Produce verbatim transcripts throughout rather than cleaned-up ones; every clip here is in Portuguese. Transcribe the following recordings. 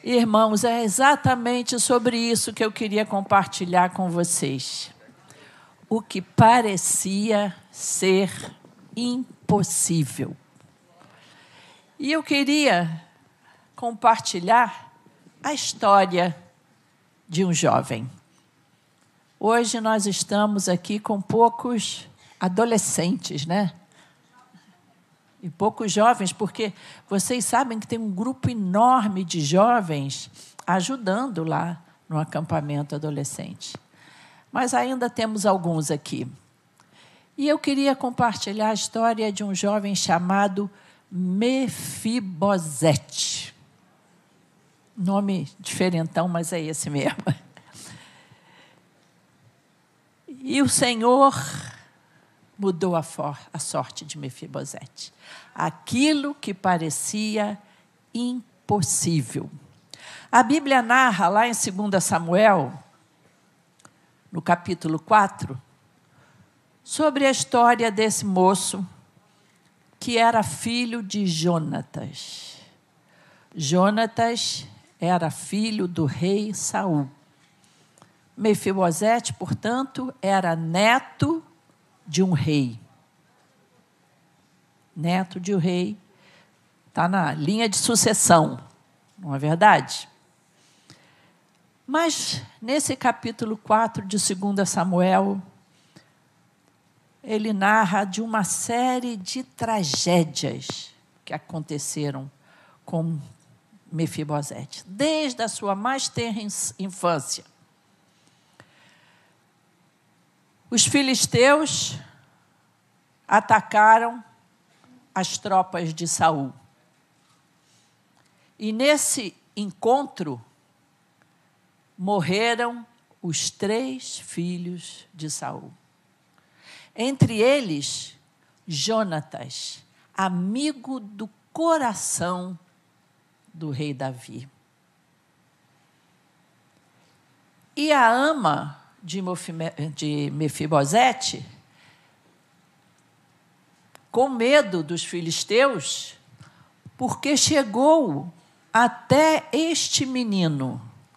Irmãos, é exatamente sobre isso que eu queria compartilhar com vocês. O que parecia ser impossível. E eu queria compartilhar a história de um jovem. Hoje nós estamos aqui com poucos adolescentes, né? E poucos jovens, porque vocês sabem que tem um grupo enorme de jovens ajudando lá no acampamento adolescente. Mas ainda temos alguns aqui. E eu queria compartilhar a história de um jovem chamado Mefibosete. Nome diferentão, mas é esse mesmo. E o Senhor mudou a, for, a sorte de Mefibosete. Aquilo que parecia impossível. A Bíblia narra lá em dois Samuel, no capítulo quatro, sobre a história desse moço que era filho de Jonatas. Jonatas era filho do rei Saul. Mefibosete, portanto, era neto de um rei. Neto de um rei. Está na linha de sucessão, não é verdade? Mas, nesse capítulo quatro de dois Samuel, ele narra de uma série de tragédias que aconteceram com Mefibosete, desde a sua mais tenra infância. Os filisteus atacaram as tropas de Saul. E nesse encontro morreram os três filhos de Saul. Entre eles, Jonatas, amigo do coração do rei Davi. E a ama de Mefibosete, com medo dos filisteus, porque chegou até este menino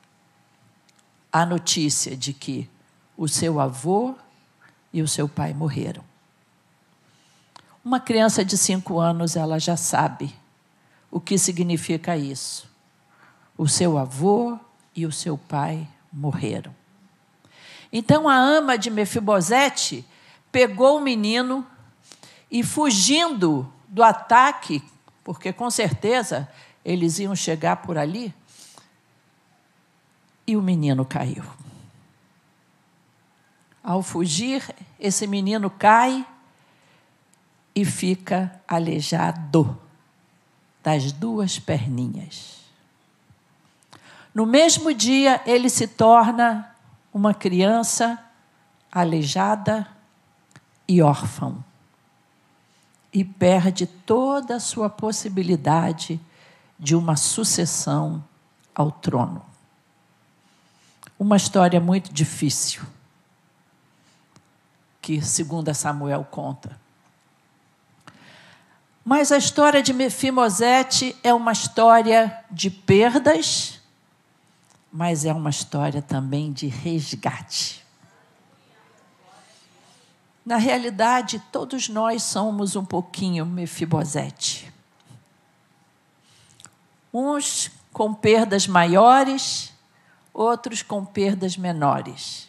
a notícia de que o seu avô e o seu pai morreram. Uma criança de cinco anos, ela já sabe o que significa isso. O seu avô e o seu pai morreram. Então, a ama de Mefibosete pegou o menino e, fugindo do ataque, porque, com certeza, eles iam chegar por ali, e o menino caiu. Ao fugir, esse menino cai e fica aleijado das duas perninhas. No mesmo dia, ele se torna uma criança aleijada e órfão. E perde toda a sua possibilidade de uma sucessão ao trono. Uma história muito difícil, que dois Samuel conta. Mas a história de Mefibosete é uma história de perdas, mas é uma história também de resgate. Na realidade, todos nós somos um pouquinho Mefibosete. Uns com perdas maiores, outros com perdas menores.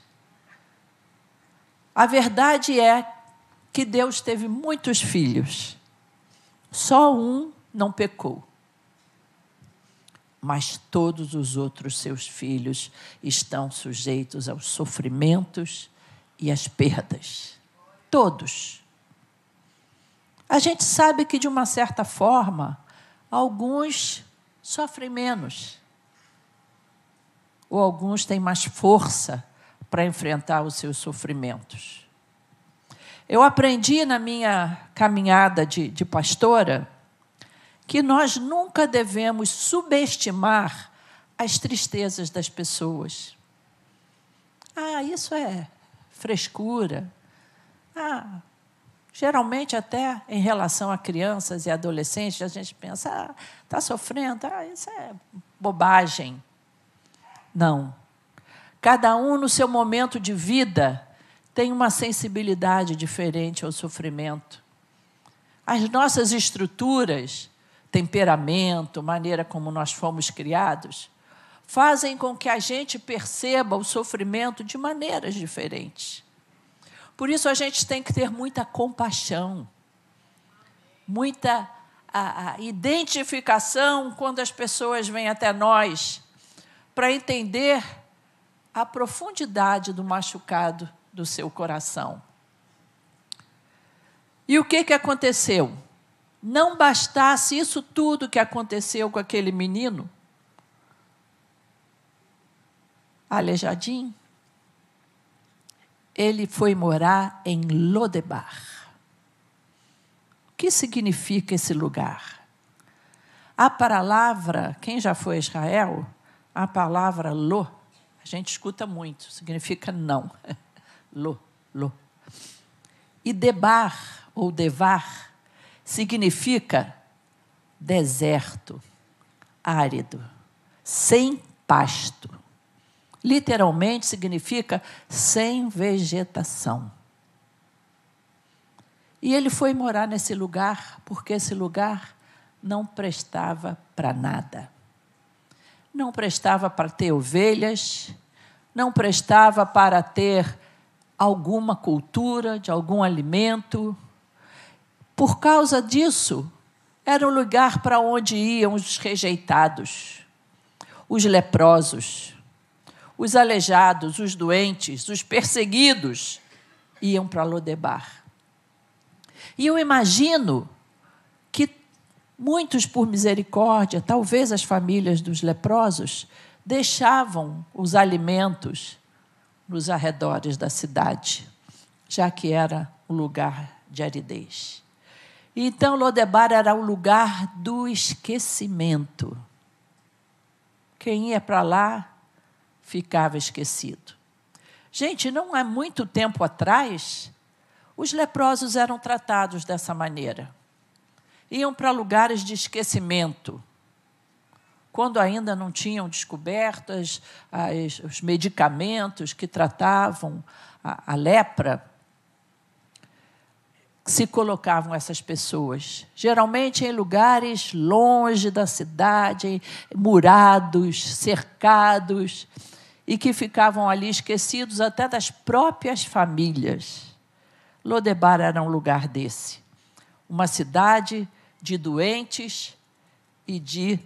A verdade é que Deus teve muitos filhos. Só um não pecou. Mas todos os outros seus filhos estão sujeitos aos sofrimentos e às perdas. Todos. A gente sabe que, de uma certa forma, alguns sofrem menos. Ou alguns têm mais força para enfrentar os seus sofrimentos. Eu aprendi na minha caminhada de, de pastora que nós nunca devemos subestimar as tristezas das pessoas. Ah, isso é frescura. Ah, geralmente até em relação a crianças e adolescentes, a gente pensa, ah, está sofrendo, ah, isso é bobagem. Não. Cada um, no seu momento de vida, tem uma sensibilidade diferente ao sofrimento. As nossas estruturas, temperamento, maneira como nós fomos criados, fazem com que a gente perceba o sofrimento de maneiras diferentes. Por isso, a gente tem que ter muita compaixão, muita a, a identificação quando as pessoas vêm até nós, para entender a profundidade do machucado do seu coração. E o que, que aconteceu? Não bastasse isso tudo que aconteceu com aquele menino, aleijadinho, ele foi morar em Lodebar. O que significa esse lugar? A palavra, quem já foi a Israel, a palavra lo, a gente escuta muito, significa não. Lo, lo. E debar, ou devar, significa deserto, árido, sem pasto. Literalmente significa sem vegetação. E ele foi morar nesse lugar porque esse lugar não prestava para nada. Não prestava para ter ovelhas, não prestava para ter alguma cultura, de algum alimento. Por causa disso, era um lugar para onde iam os rejeitados, os leprosos, os aleijados, os doentes, os perseguidos, iam para Lodebar. E eu imagino que muitos, por misericórdia, talvez as famílias dos leprosos, deixavam os alimentos nos arredores da cidade, já que era um lugar de aridez. Então, Lodebar era o lugar do esquecimento. Quem ia para lá ficava esquecido. Gente, não há muito tempo atrás, os leprosos eram tratados dessa maneira. Iam para lugares de esquecimento, quando ainda não tinham descoberto as, as, os medicamentos que tratavam a, a lepra, se colocavam essas pessoas, geralmente em lugares longe da cidade, murados, cercados, e que ficavam ali esquecidos até das próprias famílias. Lodebar era um lugar desse, uma cidade de doentes e de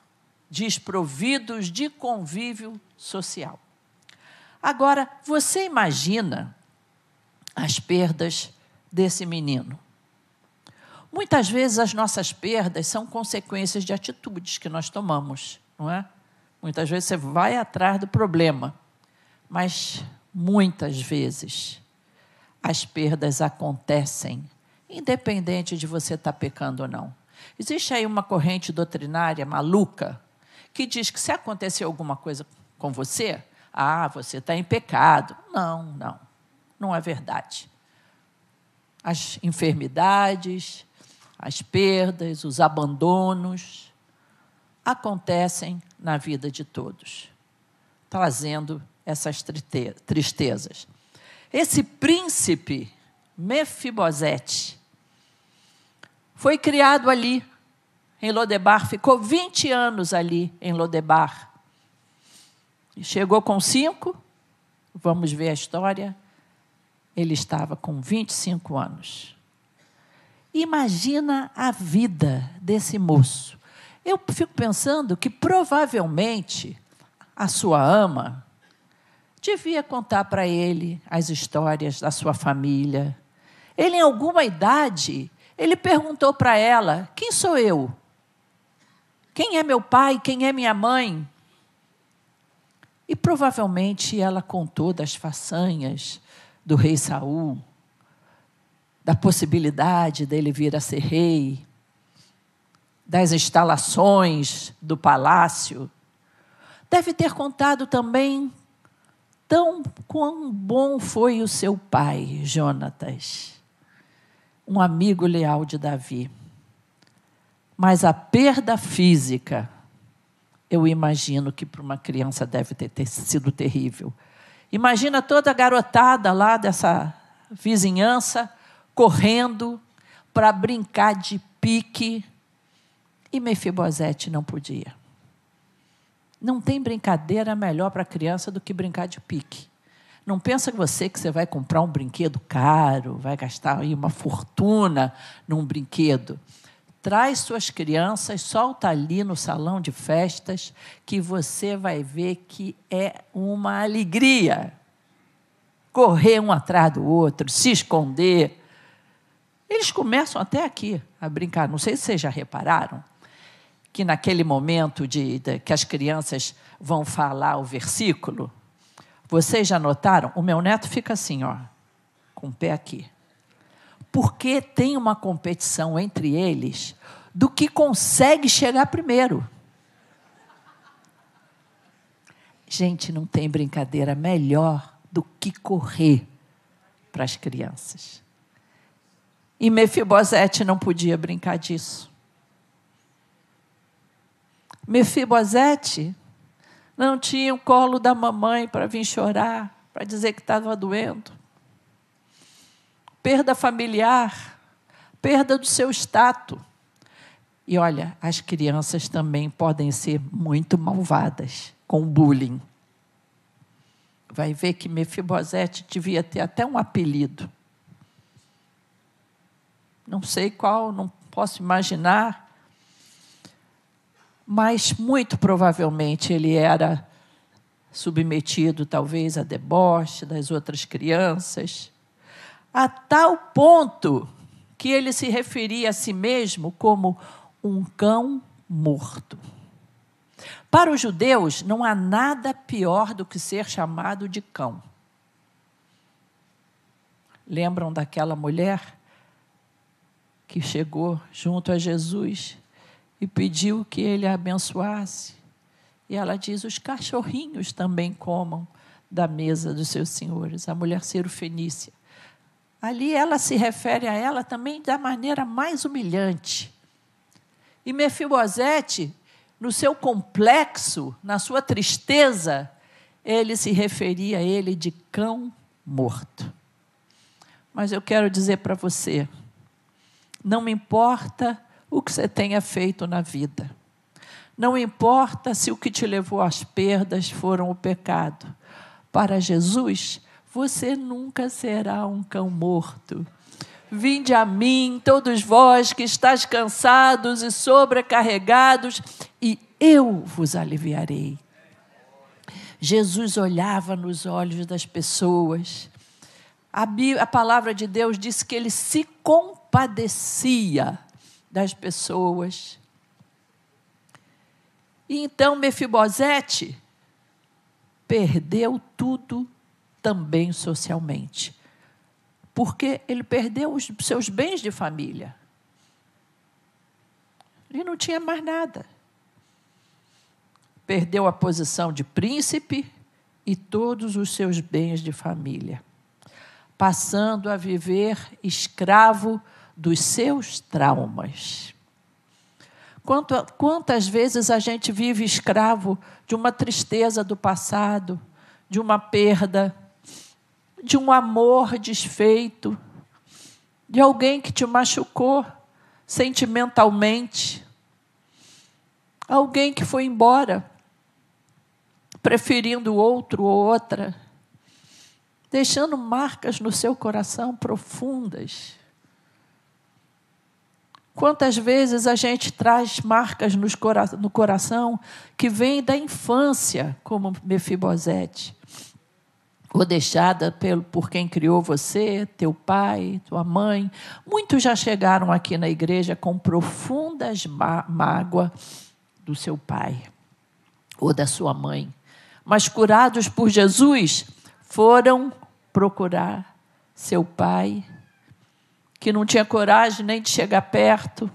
desprovidos de convívio social. Agora, você imagina as perdas desse menino. Muitas vezes as nossas perdas são consequências de atitudes que nós tomamos, não é? Muitas vezes você vai atrás do problema, mas muitas vezes as perdas acontecem, independente de você estar pecando ou não. Existe aí uma corrente doutrinária maluca que diz que se acontecer alguma coisa com você, ah, você está em pecado. Não, não, não é verdade. As enfermidades, as perdas, os abandonos acontecem na vida de todos, trazendo essas tristezas. Esse príncipe, Mefibosete, foi criado ali, em Lodebar, ficou vinte anos ali em Lodebar. Chegou com cinco, vamos ver a história, ele estava com vinte e cinco anos. Imagina a vida desse moço. Eu fico pensando que provavelmente a sua ama devia contar para ele as histórias da sua família. Ele, em alguma idade, ele perguntou para ela: quem sou eu? Quem é meu pai? Quem é minha mãe? E provavelmente ela contou das façanhas do rei Saul, da possibilidade dele vir a ser rei, das instalações do palácio. Deve ter contado também tão quão bom foi o seu pai, Jonatas, um amigo leal de Davi. Mas a perda física eu imagino que para uma criança deve ter, ter sido terrível. Imagina toda a garotada lá dessa vizinhança correndo para brincar de pique, e Mefibosete não podia. Não tem brincadeira melhor para a criança do que brincar de pique. Não pensa você que você vai comprar um brinquedo caro, vai gastar aí uma fortuna num brinquedo. Traz suas crianças, solta ali no salão de festas, que você vai ver que é uma alegria. Correr um atrás do outro, se esconder. Eles começam até aqui a brincar. Não sei se vocês já repararam que naquele momento de, de, que as crianças vão falar o versículo, vocês já notaram? O meu neto fica assim, ó, com o pé aqui. Porque tem uma competição entre eles do que consegue chegar primeiro. Gente, não tem brincadeira melhor do que correr para as crianças. E Mefibosete não podia brincar disso. Mefibosete não tinha o colo da mamãe para vir chorar, para dizer que estava doendo. Perda familiar, perda do seu status. E olha, as crianças também podem ser muito malvadas com bullying. Vai ver que Mefibosete devia ter até um apelido. Não sei qual, não posso imaginar, mas muito provavelmente ele era submetido talvez a deboche das outras crianças, a tal ponto que ele se referia a si mesmo como um cão morto. Para os judeus, não há nada pior do que ser chamado de cão. Lembram daquela mulher que chegou junto a Jesus e pediu que ele a abençoasse? E ela diz, os cachorrinhos também comam da mesa dos seus senhores. A mulher cirofenícia. Ali ela se refere a ela também da maneira mais humilhante. E Mefibosete, no seu complexo, na sua tristeza, ele se referia a ele de cão morto. Mas eu quero dizer para você, não me importa o que você tenha feito na vida. Não importa se o que te levou às perdas foram o pecado. Para Jesus, você nunca será um cão morto. Vinde a mim, todos vós que estáis cansados e sobrecarregados, e eu vos aliviarei. Jesus olhava nos olhos das pessoas. A, Bíblia, a palavra de Deus diz que ele se compadecia das pessoas. E então Mefibosete perdeu tudo também socialmente. Porque ele perdeu os seus bens de família. Ele não tinha mais nada. Perdeu a posição de príncipe e todos os seus bens de família, passando a viver escravo dos seus traumas. Quanto, quantas vezes a gente vive escravo de uma tristeza do passado, de uma perda, de um amor desfeito, de alguém que te machucou sentimentalmente, alguém que foi embora, preferindo outro ou outra, deixando marcas no seu coração profundas. Quantas vezes a gente traz marcas no coração que vêm da infância, como Mefibosete, ou deixada pelo, por quem criou você, teu pai, tua mãe. Muitos já chegaram aqui na igreja com profundas má, mágoa do seu pai ou da sua mãe, mas curados por Jesus, foram procurar seu pai, que não tinha coragem nem de chegar perto,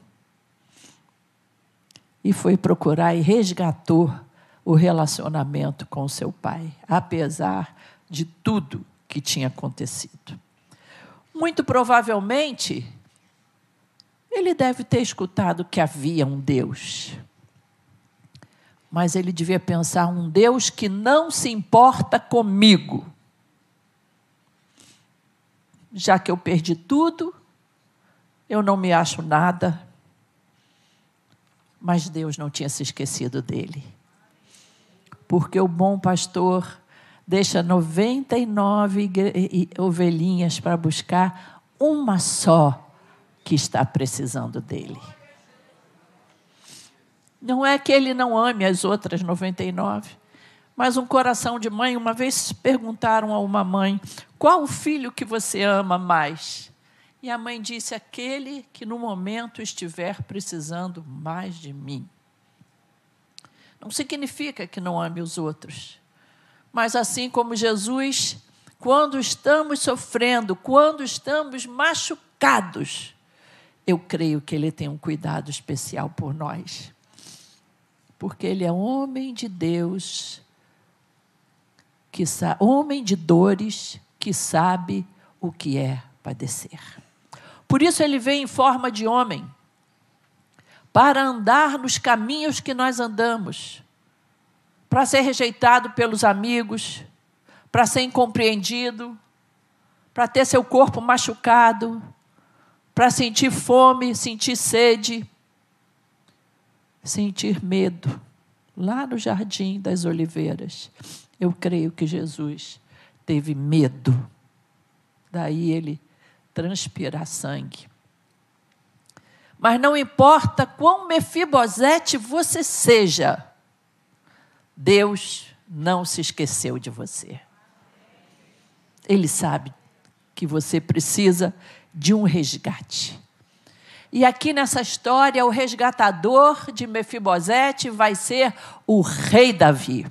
e foi procurar e resgatou o relacionamento com seu pai, apesar de tudo que tinha acontecido. Muito provavelmente, ele deve ter escutado que havia um Deus. Mas ele devia pensar, um Deus que não se importa comigo. Já que eu perdi tudo, eu não me acho nada. Mas Deus não tinha se esquecido dele. Porque o bom pastor deixa noventa e nove ovelhinhas para buscar uma só que está precisando dele. Não é que ele não ame as outras noventa e nove, mas um coração de mãe. Uma vez perguntaram a uma mãe, qual o filho que você ama mais? E a mãe disse, aquele que no momento estiver precisando mais de mim. Não significa que não ame os outros, mas assim como Jesus, quando estamos sofrendo, quando estamos machucados, eu creio que Ele tem um cuidado especial por nós. Porque Ele é homem de Deus, que sa- homem de dores, que sabe o que é padecer. Por isso Ele vem em forma de homem, para andar nos caminhos que nós andamos, para ser rejeitado pelos amigos, para ser incompreendido, para ter seu corpo machucado, para sentir fome, sentir sede, sentir medo. Lá no Jardim das Oliveiras, eu creio que Jesus teve medo. Daí ele transpirar sangue. Mas não importa quão Mefibosete você seja, Deus não se esqueceu de você. Ele sabe que você precisa de um resgate. E aqui nessa história, o resgatador de Mefibosete vai ser o rei Davi.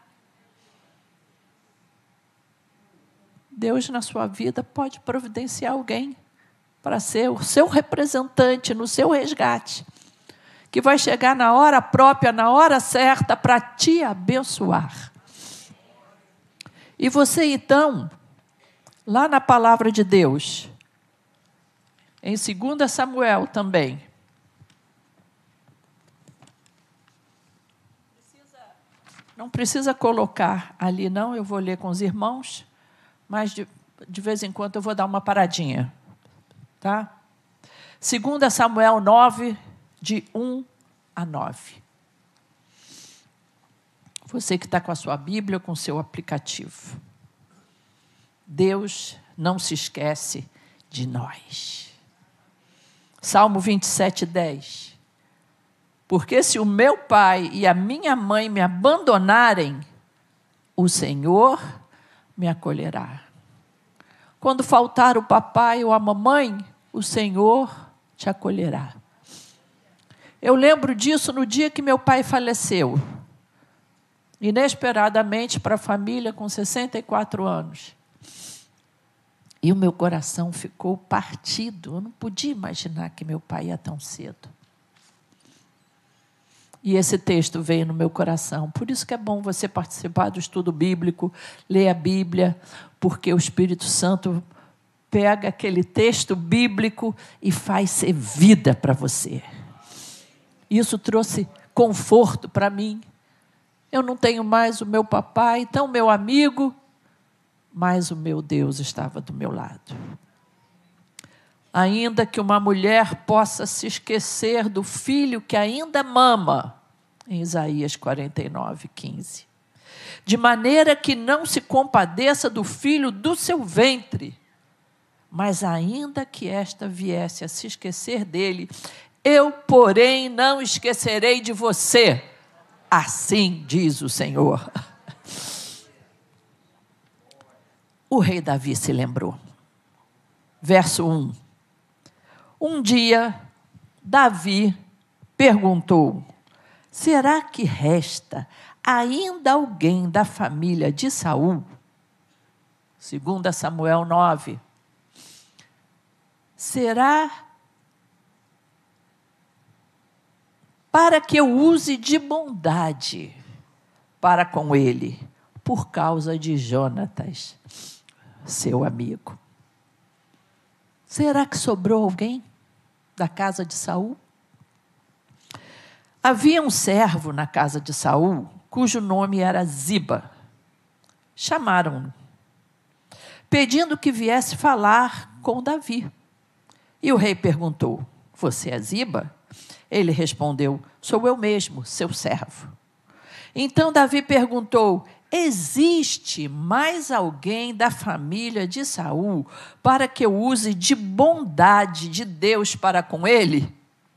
Deus, na sua vida, pode providenciar alguém para ser o seu representante no seu resgate, que vai chegar na hora própria, na hora certa, para te abençoar. E você, então, lá na palavra de Deus, em dois Samuel também, não precisa colocar ali, não, eu vou ler com os irmãos, mas de, de vez em quando eu vou dar uma paradinha. Tá? dois Samuel nove, de um a nove. Você que está com a sua Bíblia, com o seu aplicativo. Deus não se esquece de nós. Salmo vinte e sete, dez. Porque se o meu pai e a minha mãe me abandonarem, o Senhor me acolherá. Quando faltar o papai ou a mamãe, o Senhor te acolherá. Eu lembro disso no dia que meu pai faleceu. Inesperadamente para a família, com sessenta e quatro anos. E o meu coração ficou partido. Eu não podia imaginar que meu pai ia tão cedo. E esse texto veio no meu coração. Por isso que é bom você participar do estudo bíblico, ler a Bíblia, porque o Espírito Santo pega aquele texto bíblico e faz ser vida para você. Isso trouxe conforto para mim. Eu não tenho mais o meu papai, então meu amigo, mas o meu Deus estava do meu lado. Ainda que uma mulher possa se esquecer do filho que ainda mama, em Isaías quarenta e nove, quinze. De maneira que não se compadeça do filho do seu ventre, mas ainda que esta viesse a se esquecer dele, eu, porém, não esquecerei de você. Assim diz o Senhor. O rei Davi se lembrou. Verso um. Um dia, Davi perguntou, será que resta ainda alguém da família de Saul? dois Samuel nove. Será para que eu use de bondade para com ele, por causa de Jonatas, seu amigo. Será que sobrou alguém da casa de Saul? Havia um servo na casa de Saul, cujo nome era Ziba. Chamaram-no, pedindo que viesse falar com Davi. E o rei perguntou: você é Ziba? Ele respondeu: sou eu mesmo, seu servo. Então Davi perguntou: existe mais alguém da família de Saul para que eu use de bondade de Deus para com ele?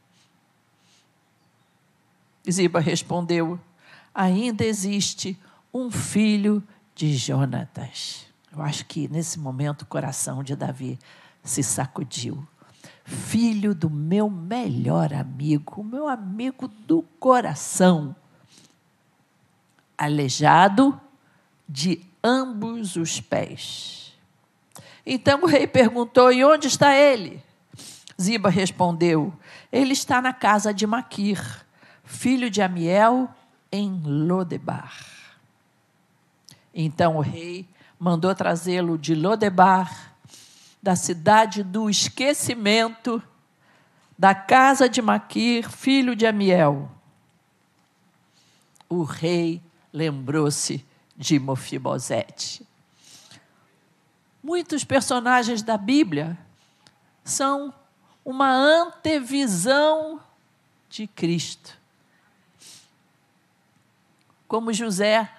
Ziba respondeu: ainda existe um filho de Jonatas. Eu acho que nesse momento o coração de Davi se sacudiu. Filho do meu melhor amigo, o meu amigo do coração, aleijado de ambos os pés. Então o rei perguntou: e onde está ele? Ziba respondeu: ele está na casa de Maquir, filho de Amiel, em Lodebar. Então o rei mandou trazê-lo de Lodebar, da cidade do esquecimento, da casa de Maquir, filho de Amiel. O rei lembrou-se de Mefibosete. Muitos personagens da Bíblia são uma antevisão de Cristo. Como José,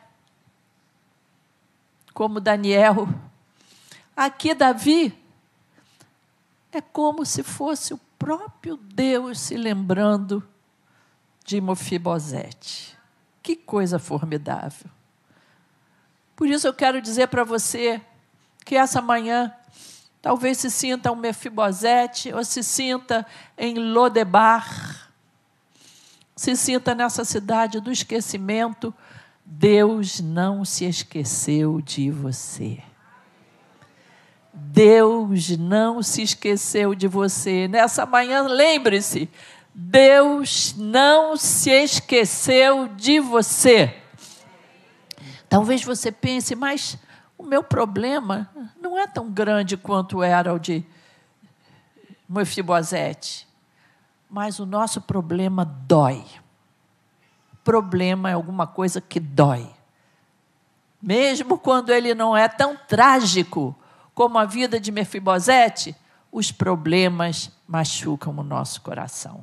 como Daniel. Aqui Davi é como se fosse o próprio Deus se lembrando de Mefibosete. Que coisa formidável. Por isso eu quero dizer para você que essa manhã talvez se sinta um Mefibosete ou se sinta em Lodebar, se sinta nessa cidade do esquecimento. Deus não se esqueceu de você. Deus não se esqueceu de você. Nessa manhã, lembre-se, Deus não se esqueceu de você. Talvez você pense, mas o meu problema não é tão grande quanto era o de Mefibosete. Mas o nosso problema dói. Problema é alguma coisa que dói. Mesmo quando ele não é tão trágico como a vida de Mefibosete, os problemas machucam o nosso coração.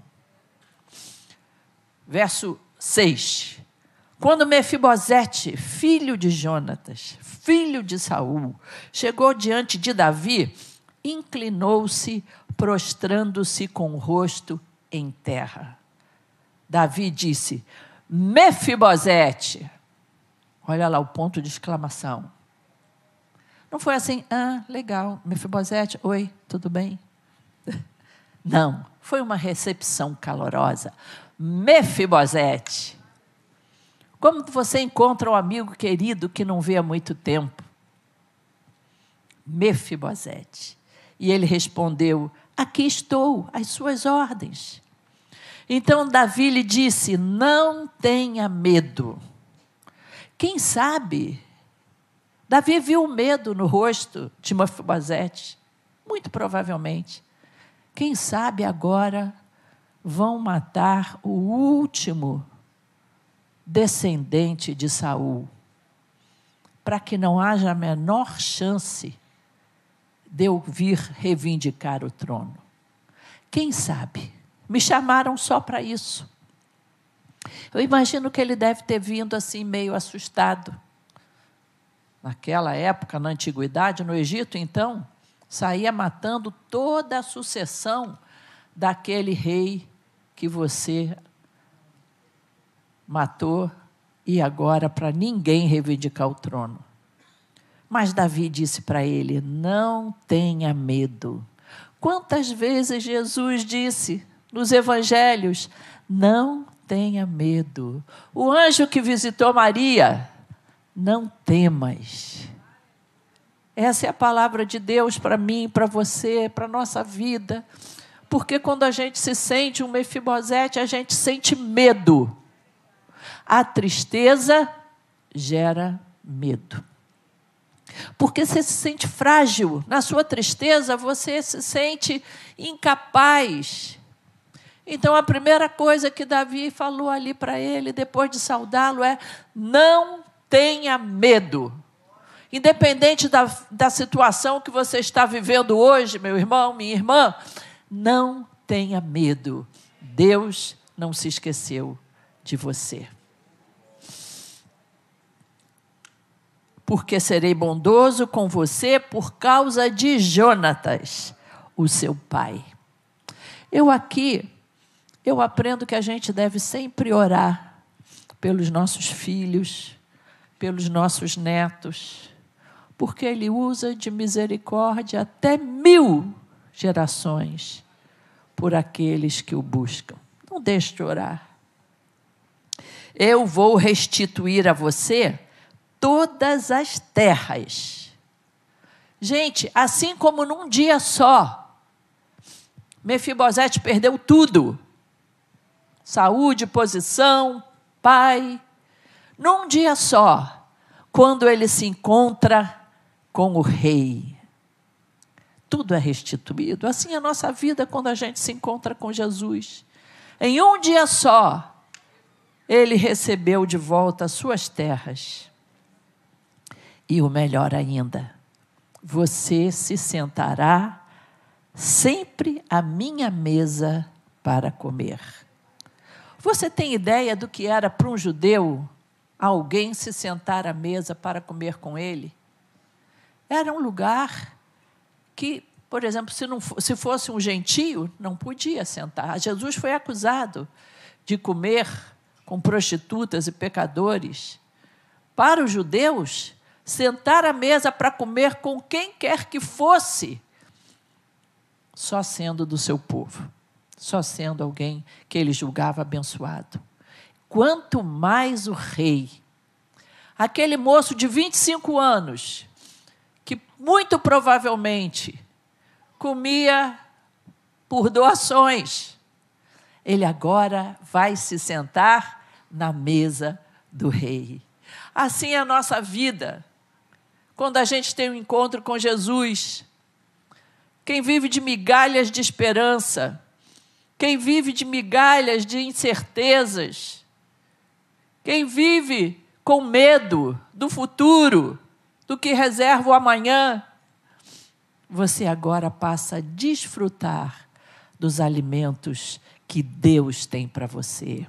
Verso seis. Quando Mefibosete, filho de Jonatas, filho de Saul, chegou diante de Davi, inclinou-se, prostrando-se com o rosto em terra. Davi disse: Mefibosete. Olha lá o ponto de exclamação. Não foi assim: ah, legal, Mefibosete, oi, tudo bem? Não, foi uma recepção calorosa. Mefibosete. Como você encontra um amigo querido que não vê há muito tempo? Mefibosete. E ele respondeu: aqui estou, às suas ordens. Então Davi lhe disse: não tenha medo. Quem sabe? Davi viu o medo no rosto de Mefibosete, muito provavelmente. Quem sabe agora vão matar o último descendente de Saul, para que não haja a menor chance de eu vir reivindicar o trono. Quem sabe? Me chamaram só para isso. Eu imagino que ele deve ter vindo assim meio assustado. Naquela época, na antiguidade, no Egito, então, saía matando toda a sucessão daquele rei que você matou e agora para ninguém reivindicar o trono. Mas Davi disse para ele: não tenha medo. Quantas vezes Jesus disse nos evangelhos: não tenha medo. O anjo que visitou Maria: não temas. Essa é a palavra de Deus para mim, para você, para a nossa vida. Porque quando a gente se sente um Mefibosete, a gente sente medo. A tristeza gera medo. Porque você se sente frágil. Na sua tristeza, você se sente incapaz. Então, a primeira coisa que Davi falou ali para ele, depois de saudá-lo, é: não tenha medo. Independente da, da situação que você está vivendo hoje, meu irmão, minha irmã, não tenha medo. Deus não se esqueceu de você. Porque serei bondoso com você por causa de Jonatas, o seu pai. Eu aqui, eu aprendo que a gente deve sempre orar pelos nossos filhos, pelos nossos netos, porque Ele usa de misericórdia até mil gerações por aqueles que o buscam. Não deixe de orar. Eu vou restituir a você todas as terras. Gente, assim como num dia só, Mefibosete perdeu tudo. Saúde, posição, pai. Num dia só, quando ele se encontra com o rei, tudo é restituído. Assim é a nossa vida quando a gente se encontra com Jesus. Em um dia só, ele recebeu de volta as suas terras. E o melhor ainda, você se sentará sempre à minha mesa para comer. Você tem ideia do que era para um judeu alguém se sentar à mesa para comer com ele? Era um lugar que, por exemplo, se, não, se fosse um gentio, não podia sentar. Jesus foi acusado de comer com prostitutas e pecadores. Para os judeus, sentar à mesa para comer com quem quer que fosse, só sendo do seu povo, só sendo alguém que ele julgava abençoado. Quanto mais o rei, aquele moço de vinte e cinco anos, que muito provavelmente comia por doações, ele agora vai se sentar na mesa do rei. Assim é a nossa vida. Quando a gente tem um encontro com Jesus, quem vive de migalhas de esperança, quem vive de migalhas de incertezas, quem vive com medo do futuro, do que reserva o amanhã, você agora passa a desfrutar dos alimentos que Deus tem para você.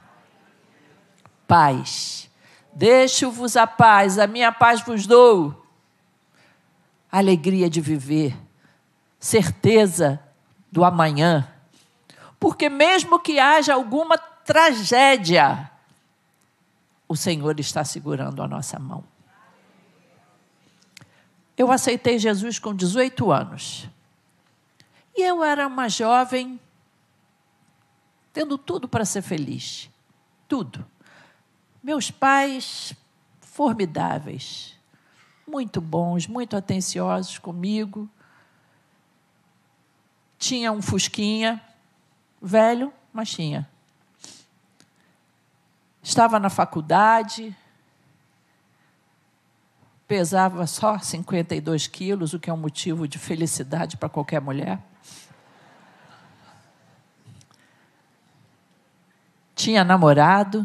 Paz. Deixo-vos a paz, a minha paz vos dou. Alegria de viver, certeza do amanhã. Porque mesmo que haja alguma tragédia, o Senhor está segurando a nossa mão. Eu aceitei Jesus com dezoito anos. E eu era uma jovem, tendo tudo para ser feliz. Tudo. Meus pais, formidáveis, muito bons, muito atenciosos comigo. Tinha um fusquinha, velho, mas tinha. Estava na faculdade, pesava só cinquenta e dois quilos, o que é um motivo de felicidade para qualquer mulher. Tinha namorado,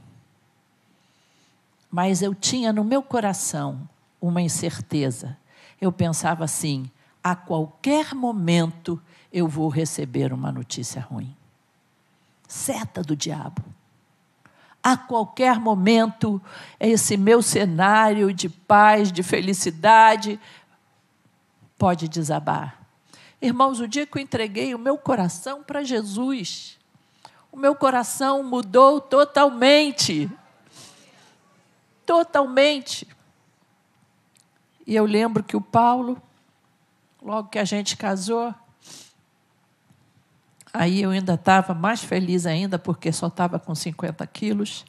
mas eu tinha no meu coração uma incerteza. Eu pensava assim: a qualquer momento eu vou receber uma notícia ruim. Seta do diabo. A qualquer momento, esse meu cenário de paz, de felicidade, pode desabar. Irmãos, o dia que eu entreguei o meu coração para Jesus, o meu coração mudou totalmente. Totalmente. E eu lembro que o Paulo, logo que a gente casou, aí eu ainda estava mais feliz ainda, porque só estava com cinquenta quilos.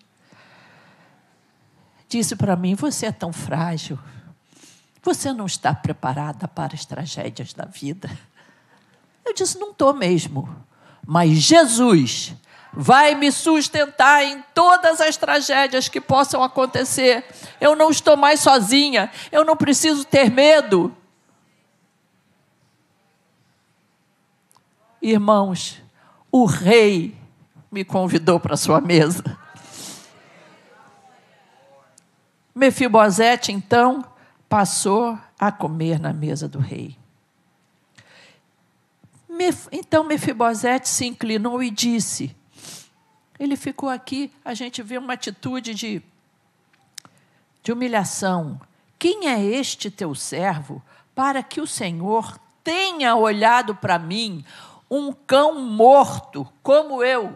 Disse para mim: você é tão frágil, você não está preparada para as tragédias da vida. Eu disse: não estou mesmo, mas Jesus vai me sustentar em todas as tragédias que possam acontecer. Eu não estou mais sozinha, eu não preciso ter medo. Irmãos, o rei me convidou para a sua mesa. Mefibosete, então, passou a comer na mesa do rei. Então Mefibosete se inclinou e disse, ele ficou aqui, a gente vê uma atitude de, de humilhação. Quem é este teu servo para que o Senhor tenha olhado para mim, um cão morto como eu?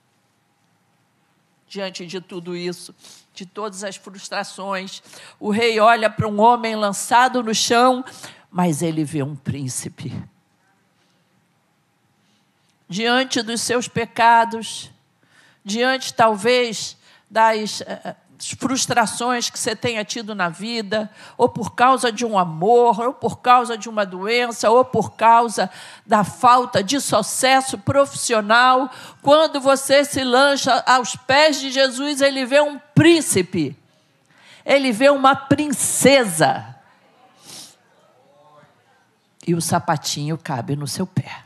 Diante de tudo isso, de todas as frustrações, o rei olha para um homem lançado no chão, mas ele vê um príncipe. Diante dos seus pecados, diante talvez das uh, frustrações que você tenha tido na vida, ou por causa de um amor, ou por causa de uma doença, ou por causa da falta de sucesso profissional, quando você se lança aos pés de Jesus, ele vê um príncipe, ele vê uma princesa, e o sapatinho cabe no seu pé.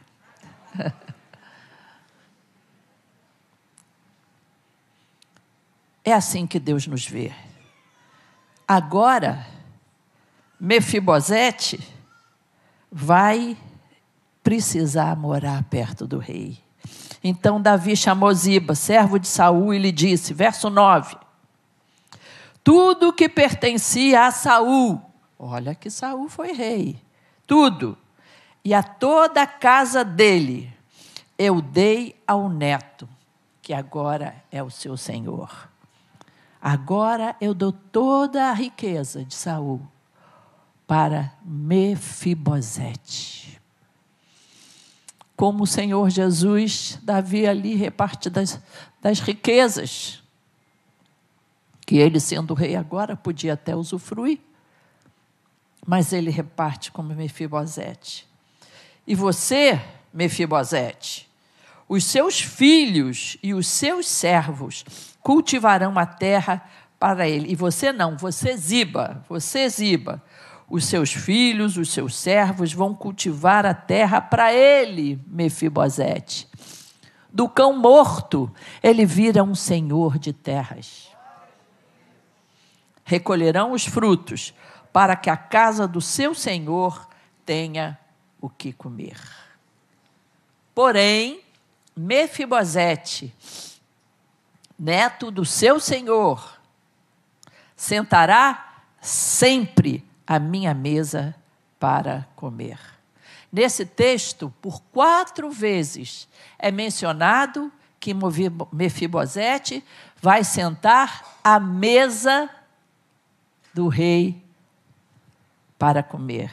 É assim que Deus nos vê. Agora, Mefibosete vai precisar morar perto do rei. Então Davi chamou Ziba, servo de Saul, e lhe disse, verso nove, tudo que pertencia a Saul, olha que Saul foi rei, tudo, e a toda a casa dele, eu dei ao neto, que agora é o seu senhor. Agora eu dou toda a riqueza de Saul para Mefibosete. Como o Senhor Jesus, Davi ali reparte das, das riquezas, que ele, sendo rei agora, podia até usufruir, mas ele reparte como Mefibosete. E você, Mefibosete, os seus filhos e os seus servos cultivarão a terra para ele. E você não, você Ziba, você Ziba. Os seus filhos, os seus servos vão cultivar a terra para ele, Mefibosete. Do cão morto, ele vira um senhor de terras. Recolherão os frutos para que a casa do seu senhor tenha o que comer. Porém, Mefibosete, neto do seu senhor, sentará sempre à minha mesa para comer. Nesse texto, por quatro vezes, é mencionado que Mefibosete vai sentar à mesa do rei para comer.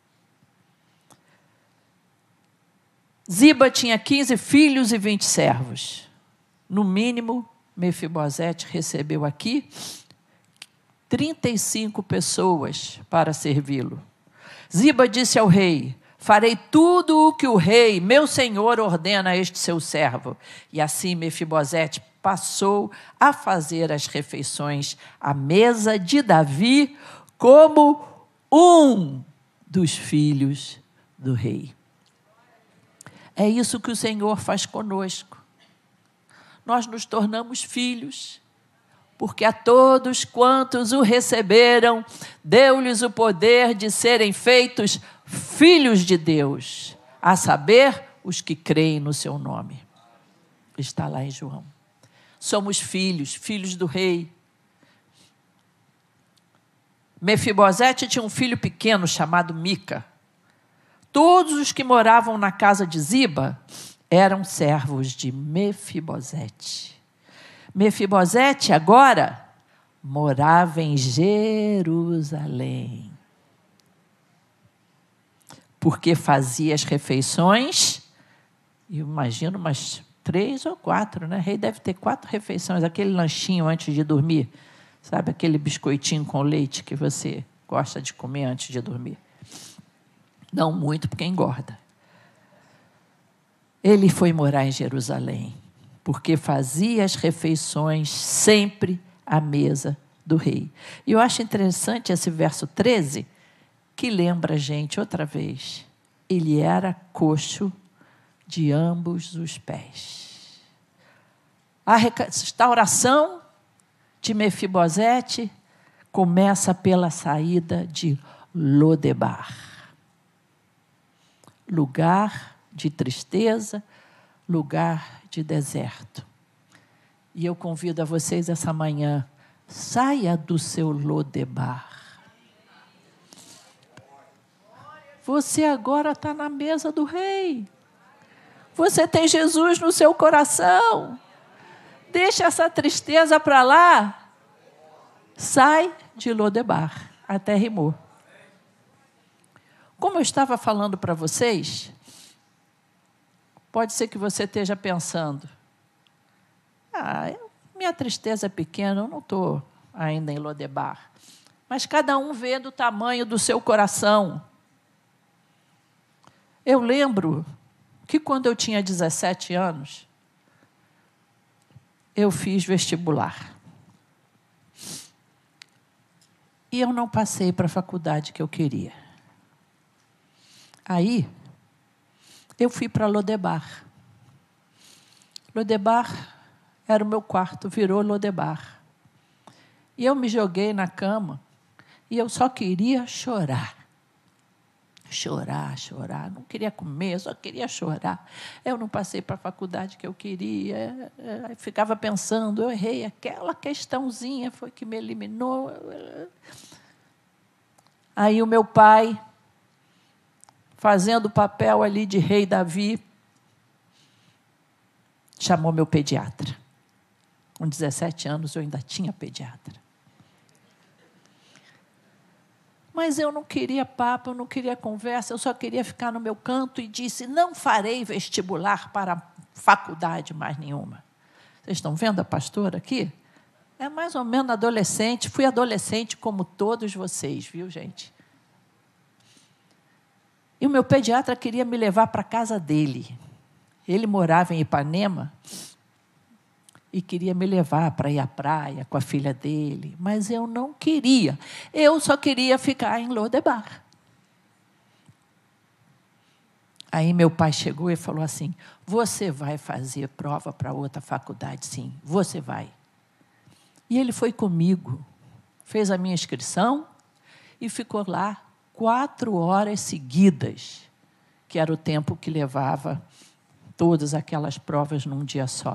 Ziba tinha quinze filhos e vinte servos. No mínimo, Mefibosete recebeu aqui trinta e cinco pessoas para servi-lo. Ziba disse ao rei, farei tudo o que o rei, meu senhor, ordena a este seu servo. E assim Mefibosete passou a fazer as refeições à mesa de Davi como um dos filhos do rei. É isso que o Senhor faz conosco. Nós nos tornamos filhos, porque a todos quantos o receberam, deu-lhes o poder de serem feitos filhos de Deus, a saber, os que creem no seu nome. Está lá em João. Somos filhos, filhos do rei. Mefibosete tinha um filho pequeno chamado Mica. Todos os que moravam na casa de Ziba eram servos de Mefibosete. Mefibosete agora morava em Jerusalém, porque fazia as refeições, eu imagino umas três ou quatro, né? O rei deve ter quatro refeições, aquele lanchinho antes de dormir, sabe, aquele biscoitinho com leite que você gosta de comer antes de dormir. Não muito, porque engorda. Ele foi morar em Jerusalém, porque fazia as refeições sempre à mesa do rei. E eu acho interessante esse verso treze, que lembra a gente outra vez. Ele era coxo de ambos os pés. A restauração de Mefibosete começa pela saída de Lodebar. Lugar de tristeza, lugar de deserto. E eu convido a vocês essa manhã, saia do seu Lodebar. Você agora está na mesa do rei. Você tem Jesus no seu coração. Deixa essa tristeza para lá. Sai de Lodebar. Até rimou. Como eu estava falando para vocês, pode ser que você esteja pensando, ah, eu, minha tristeza é pequena, eu não estou ainda em Lodebar. Mas cada um vê do tamanho do seu coração. Eu lembro que quando eu tinha dezessete anos, eu fiz vestibular. E eu não passei para a faculdade que eu queria. Aí, eu fui para Lodebar. Lodebar era o meu quarto, virou Lodebar. E eu me joguei na cama e eu só queria chorar. Chorar, chorar. Não queria comer, só queria chorar. Eu não passei para a faculdade que eu queria. Eu ficava pensando, eu errei aquela questãozinha, foi que me eliminou. Aí o meu pai, fazendo o papel ali de rei Davi, chamou meu pediatra. Com dezessete anos, eu ainda tinha pediatra. Mas eu não queria papo, eu não queria conversa, eu só queria ficar no meu canto e disse, não farei vestibular para faculdade mais nenhuma. Vocês estão vendo a pastora aqui? É mais ou menos adolescente, fui adolescente como todos vocês, viu, gente? E o meu pediatra queria me levar para a casa dele. Ele morava em Ipanema e queria me levar para ir à praia com a filha dele. Mas eu não queria. Eu só queria ficar em Lodebar. Aí meu pai chegou e falou assim, você vai fazer prova para outra faculdade? Sim, você vai. E ele foi comigo, fez a minha inscrição e ficou lá quatro horas seguidas, que era o tempo que levava todas aquelas provas num dia só.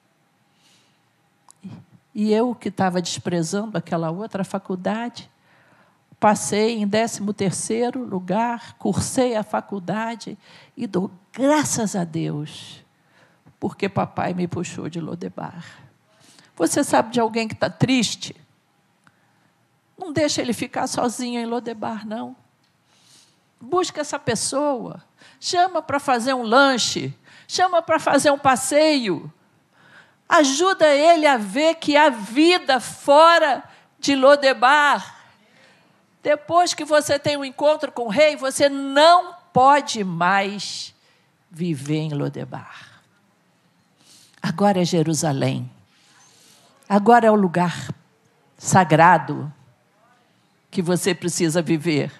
E eu, que estava desprezando aquela outra faculdade, passei em décimo terceiro lugar, cursei a faculdade e dou graças a Deus, porque papai me puxou de Lodebar. Você sabe de alguém que está triste? Não deixa ele ficar sozinho em Lodebar, não. Busca essa pessoa, chama para fazer um lanche, chama para fazer um passeio. Ajuda ele a ver que há vida fora de Lodebar. Depois que você tem um encontro com o rei, você não pode mais viver em Lodebar. Agora é Jerusalém. Agora é o lugar sagrado que você precisa viver.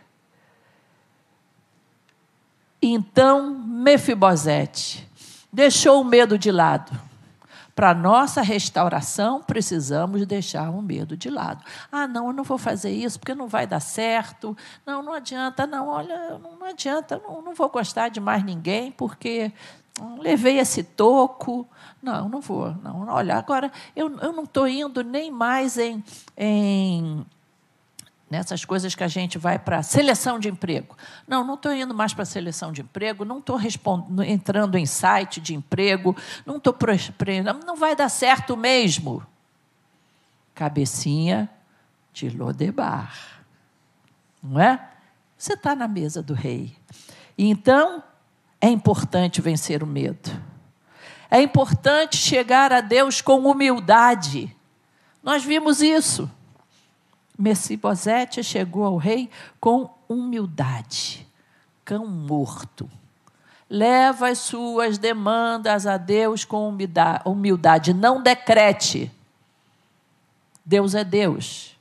Então, Mefibosete deixou o medo de lado. Para a nossa restauração, precisamos deixar o medo de lado. Ah, não, eu não vou fazer isso porque não vai dar certo. Não, não adianta, não, olha, não, não adianta, não, não vou gostar de mais ninguém porque hum, levei esse toco. Não, não vou, não. Olha, agora eu, eu não estou indo nem mais em... em nessas coisas que a gente vai para seleção de emprego. Não, não estou indo mais para seleção de emprego, não estou entrando em site de emprego, não estou... Não vai dar certo mesmo. Cabecinha de Lodebar. Não é? Você está na mesa do rei. E então, é importante vencer o medo. É importante chegar a Deus com humildade. Nós vimos isso. Mefibosete chegou ao rei com humildade, cão morto. Leva as suas demandas a Deus com humildade. Não decrete. Deus é Deus.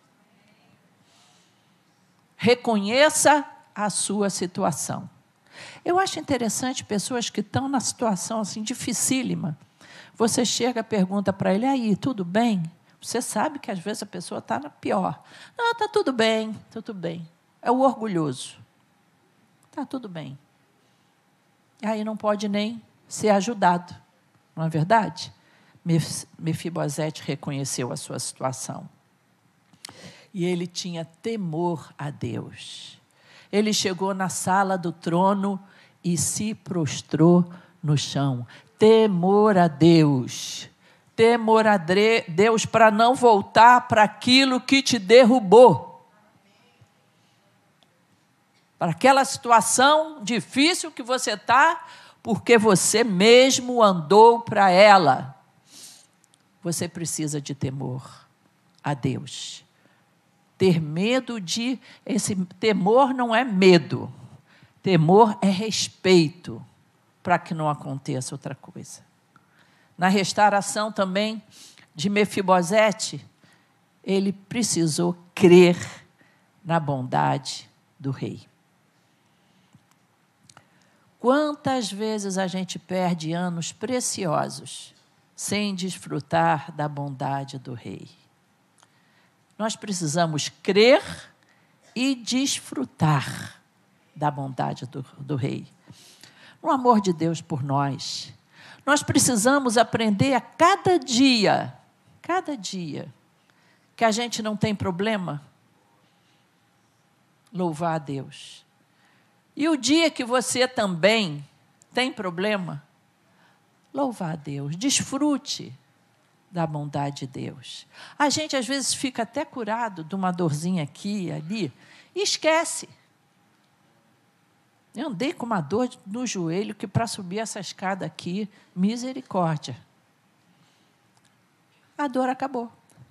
Reconheça a sua situação. Eu acho interessante pessoas que estão na situação assim dificílima. Você chega e pergunta para ele, aí, tudo bem? Você sabe que às vezes a pessoa está na pior. Não, está tudo bem, tudo bem. É o orgulhoso. Está tudo bem. Aí não pode nem ser ajudado, não é verdade? Mefibosete reconheceu a sua situação. E ele tinha temor a Deus. Ele chegou na sala do trono e se prostrou no chão. Temor a Deus. Temor a Deus para não voltar para aquilo que te derrubou. Para aquela situação difícil que você está, porque você mesmo andou para ela. Você precisa de temor a Deus. Ter medo de... Esse temor não é medo. Temor é respeito, para que não aconteça outra coisa. Na restauração também de Mefibosete, ele precisou crer na bondade do rei. Quantas vezes a gente perde anos preciosos sem desfrutar da bondade do rei? Nós precisamos crer e desfrutar da bondade do, do rei. No amor de Deus por nós, nós precisamos aprender a cada dia, cada dia, que a gente não tem problema, louvar a Deus. E o dia que você também tem problema, louvar a Deus, desfrute da bondade de Deus. A gente, às vezes, fica até curado de uma dorzinha aqui e ali, e esquece. Eu andei com uma dor no joelho que para subir essa escada aqui, misericórdia. A dor acabou.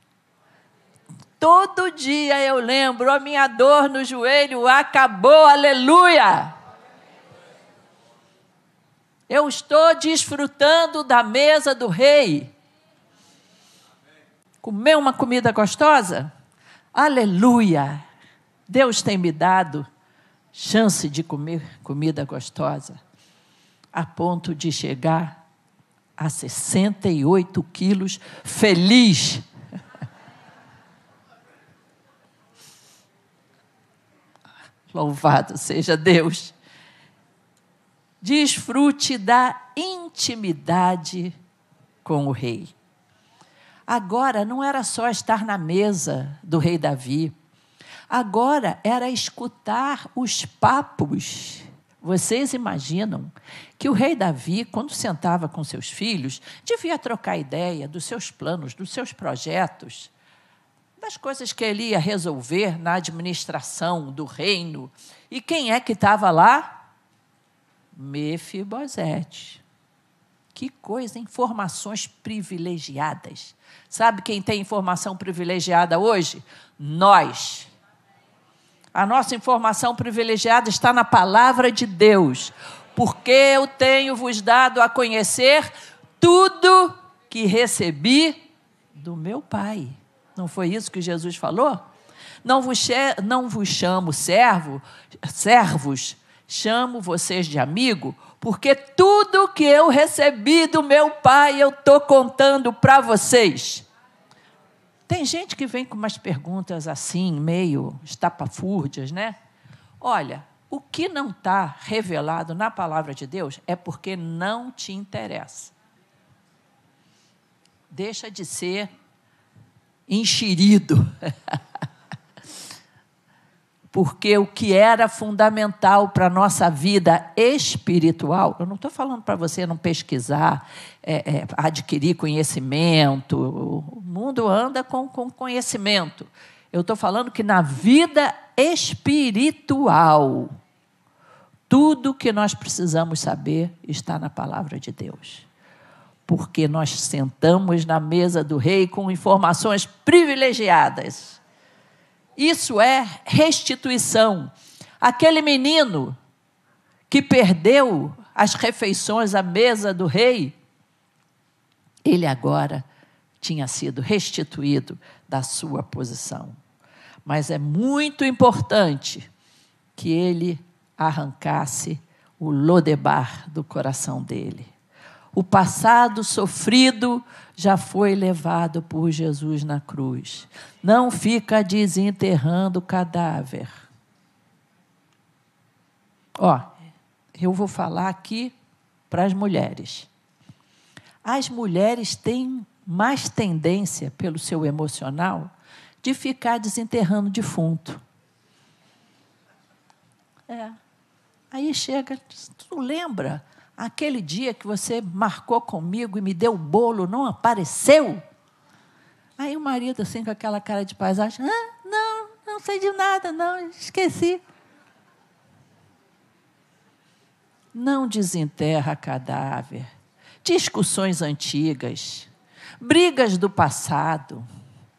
Todo dia eu lembro, a minha dor no joelho acabou, aleluia! Eu estou desfrutando da mesa do rei. Comer uma comida gostosa? Aleluia! Deus tem me dado chance de comer comida gostosa, a ponto de chegar a sessenta e oito quilos, feliz. Louvado seja Deus. Desfrute da intimidade com o rei. Agora, não era só estar na mesa do rei Davi. Agora, era escutar os papos. Vocês imaginam que o rei Davi, quando sentava com seus filhos, devia trocar ideia dos seus planos, dos seus projetos, das coisas que ele ia resolver na administração do reino. E quem é que estava lá? Mefibosete. Que coisa, informações privilegiadas. Sabe quem tem informação privilegiada hoje? Nós. A nossa informação privilegiada está na palavra de Deus. Porque eu tenho vos dado a conhecer tudo que recebi do meu Pai. Não foi isso que Jesus falou? Não vos, não vos chamo servo, servos, chamo vocês de amigo, porque tudo que eu recebi do meu Pai, eu estou contando para vocês. Tem gente que vem com umas perguntas assim, meio estapafúrdias, né? Olha, o que não está revelado na palavra de Deus é porque não te interessa. Deixa de ser enxerido. Porque o que era fundamental para a nossa vida espiritual, eu não estou falando para você não pesquisar, é, é, adquirir conhecimento, o mundo anda com, com conhecimento. Eu estou falando que na vida espiritual, tudo que nós precisamos saber está na palavra de Deus. Porque nós sentamos na mesa do rei com informações privilegiadas. Isso é restituição. Aquele menino que perdeu as refeições à mesa do rei, ele agora tinha sido restituído da sua posição. Mas é muito importante que ele arrancasse o Lodebar do coração dele. O passado sofrido já foi levado por Jesus na cruz. Não fica desenterrando o cadáver. Ó, eu vou falar aqui para as mulheres. As mulheres têm mais tendência, pelo seu emocional, de ficar desenterrando defunto. É. Aí chega, tu lembra aquele dia que você marcou comigo e me deu o bolo, não apareceu? Aí o marido, assim, com aquela cara de paisagem, ah, não, não sei de nada, não, esqueci. Não desenterra cadáver. Discussões antigas, brigas do passado,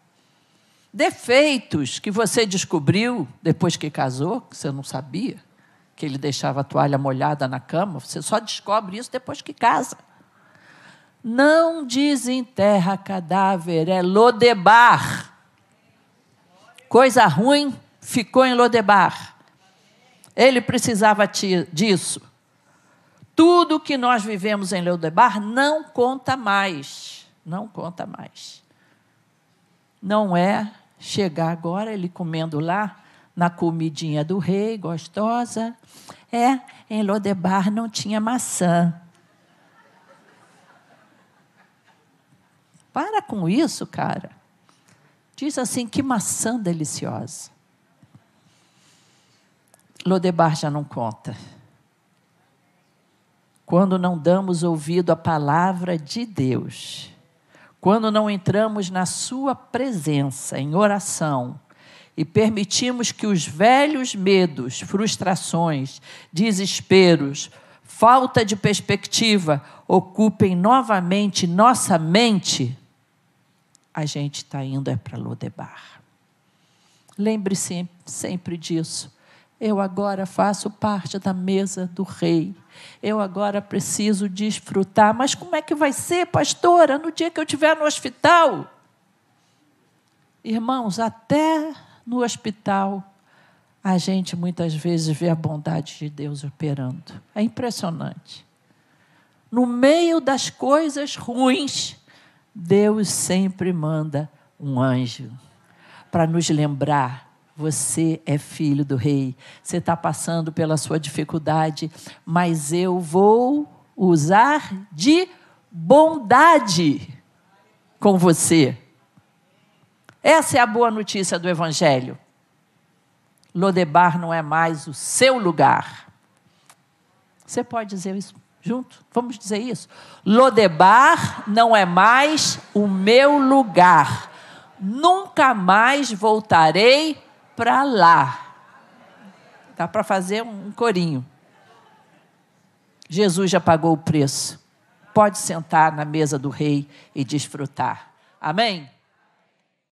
defeitos que você descobriu depois que casou, que você não sabia, que ele deixava a toalha molhada na cama, você só descobre isso depois que casa. Não desenterra cadáver, é Lodebar. Coisa ruim ficou em Lodebar. Ele precisava disso. Tudo que nós vivemos em Lodebar não conta mais. Não conta mais. Não é chegar agora, ele comendo lá, na comidinha do rei, gostosa. É, em Lodebar não tinha maçã. Para com isso, cara. Diz assim, que maçã deliciosa. Lodebar já não conta. Quando não damos ouvido à palavra de Deus, quando não entramos na sua presença em oração e permitimos que os velhos medos, frustrações, desesperos, falta de perspectiva ocupem novamente nossa mente, a gente está indo é para Lodebar. Lembre-se sempre disso. Eu agora faço parte da mesa do rei. Eu agora preciso desfrutar. Mas como é que vai ser, pastora, no dia que eu estiver no hospital? Irmãos, até no hospital, a gente muitas vezes vê a bondade de Deus operando. É impressionante. No meio das coisas ruins, Deus sempre manda um anjo para nos lembrar. Você é filho do rei, você está passando pela sua dificuldade, mas eu vou usar de bondade com você. Essa é a boa notícia do Evangelho. Lodebar não é mais o seu lugar. Você pode dizer isso junto? Vamos dizer isso? Lodebar não é mais o meu lugar. Nunca mais voltarei para lá. Dá para fazer um corinho. Jesus já pagou o preço. Pode sentar na mesa do rei e desfrutar. Amém?